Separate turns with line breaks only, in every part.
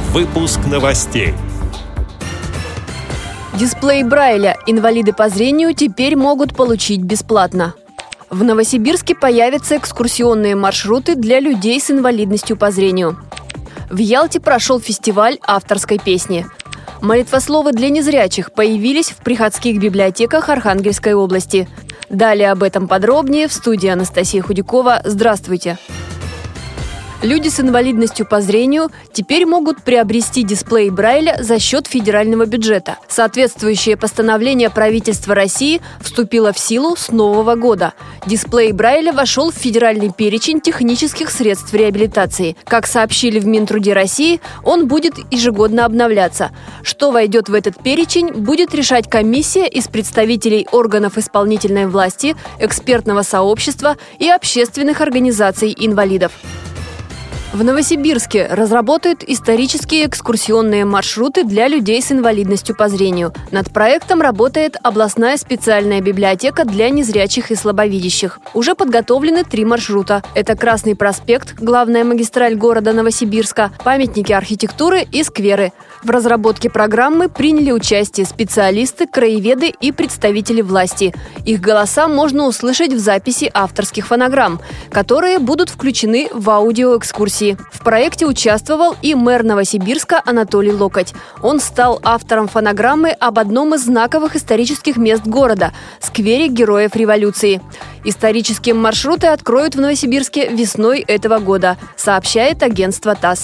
Выпуск новостей.
Дисплей Брайля инвалиды по зрению теперь могут получить бесплатно. В Новосибирске появятся экскурсионные маршруты для людей с инвалидностью по зрению. В Ялте прошел фестиваль авторской песни. Молитвословы для незрячих появились в приходских библиотеках Архангельской области. Далее об этом подробнее в студии Анастасия Худякова. Здравствуйте! Люди с инвалидностью по зрению теперь могут приобрести дисплей Брайля за счет федерального бюджета. Соответствующее постановление правительства России вступило в силу с нового года. Дисплей Брайля вошел в федеральный перечень технических средств реабилитации. Как сообщили в Минтруде России, он будет ежегодно обновляться. Что войдет в этот перечень, будет решать комиссия из представителей органов исполнительной власти, экспертного сообщества и общественных организаций инвалидов. В Новосибирске разработают исторические экскурсионные маршруты для людей с инвалидностью по зрению. Над проектом работает областная специальная библиотека для незрячих и слабовидящих. Уже подготовлены 3 маршрута. Это Красный проспект, главная магистраль города Новосибирска, памятники архитектуры и скверы. В разработке программы приняли участие специалисты, краеведы и представители власти. Их голоса можно услышать в записи авторских фонограмм, которые будут включены в аудиоэкскурсии. В проекте участвовал и мэр Новосибирска Анатолий Локоть. Он стал автором фонограммы об одном из знаковых исторических мест города – сквере Героев Революции. Исторические маршруты откроют в Новосибирске весной этого года, сообщает агентство ТАСС.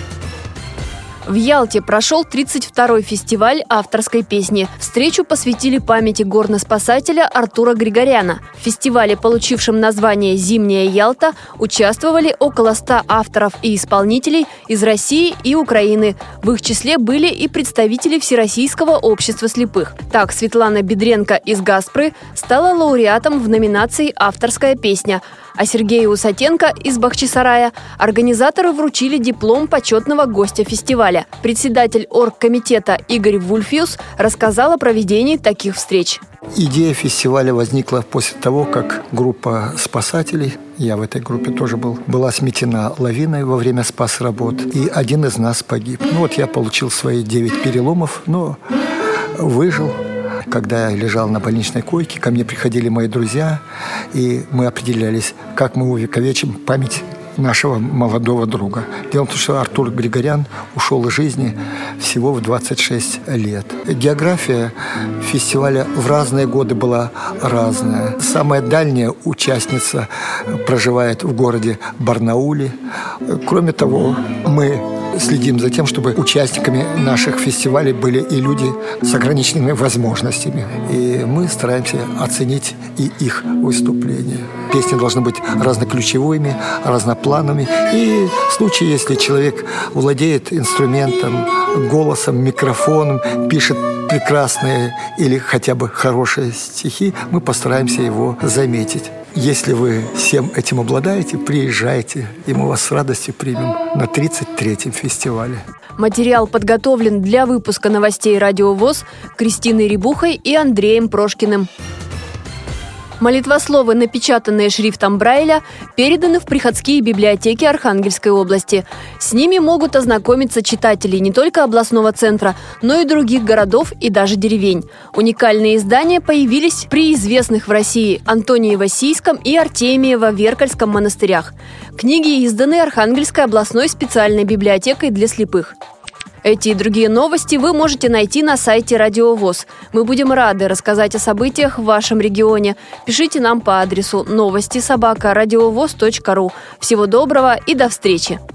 В Ялте прошел 32-й фестиваль авторской песни. Встречу посвятили памяти горноспасателя Артура Григоряна. В фестивале, получившем название «Зимняя Ялта», участвовали около 100 авторов и исполнителей из России и Украины. В их числе были и представители Всероссийского общества слепых. Так, Светлана Бедренко из «Гаспры» стала лауреатом в номинации «Авторская песня», а Сергею Усатенко из Бахчисарая организаторы вручили диплом почетного гостя фестиваля. Председатель оргкомитета Игорь Вульфиус рассказал о проведении таких встреч.
Идея фестиваля возникла после того, как группа спасателей, я в этой группе тоже был, была сметена лавиной во время спасработ, и один из нас погиб. Я получил свои 9 переломов, но выжил. Когда я лежал на больничной койке, ко мне приходили мои друзья, и мы определялись, как мы увековечим память нашего молодого друга. Дело в том, что Артур Григорян ушел из жизни всего в 26 лет. География фестиваля в разные годы была разная. Самая дальняя участница проживает в городе Барнауле. Кроме того, мы следим за тем, чтобы участниками наших фестивалей были и люди с ограниченными возможностями. И мы стараемся оценить и их выступления. Песни должны быть разноключевыми, разноплановыми. И в случае, если человек владеет инструментом, голосом, микрофоном, пишет прекрасные или хотя бы хорошие стихи, мы постараемся его заметить. Если вы всем этим обладаете, приезжайте, и мы вас с радостью примем на 33-м фестивале.
Материал подготовлен для выпуска новостей «Радио ВОС» Кристиной Рябухой и Андреем Прошкиным. Молитвословы, напечатанные шрифтом Брайля, переданы в приходские библиотеки Архангельской области. С ними могут ознакомиться читатели не только областного центра, но и других городов и даже деревень. Уникальные издания появились при известных в России Антониево-Сийском и Артемиево-Веркальском монастырях. Книги изданы Архангельской областной специальной библиотекой для слепых. Эти и другие новости вы можете найти на сайте Радио ВОС. Мы будем рады рассказать о событиях в вашем регионе. Пишите нам по адресу новости@радиовос.ру. Всего доброго и до встречи!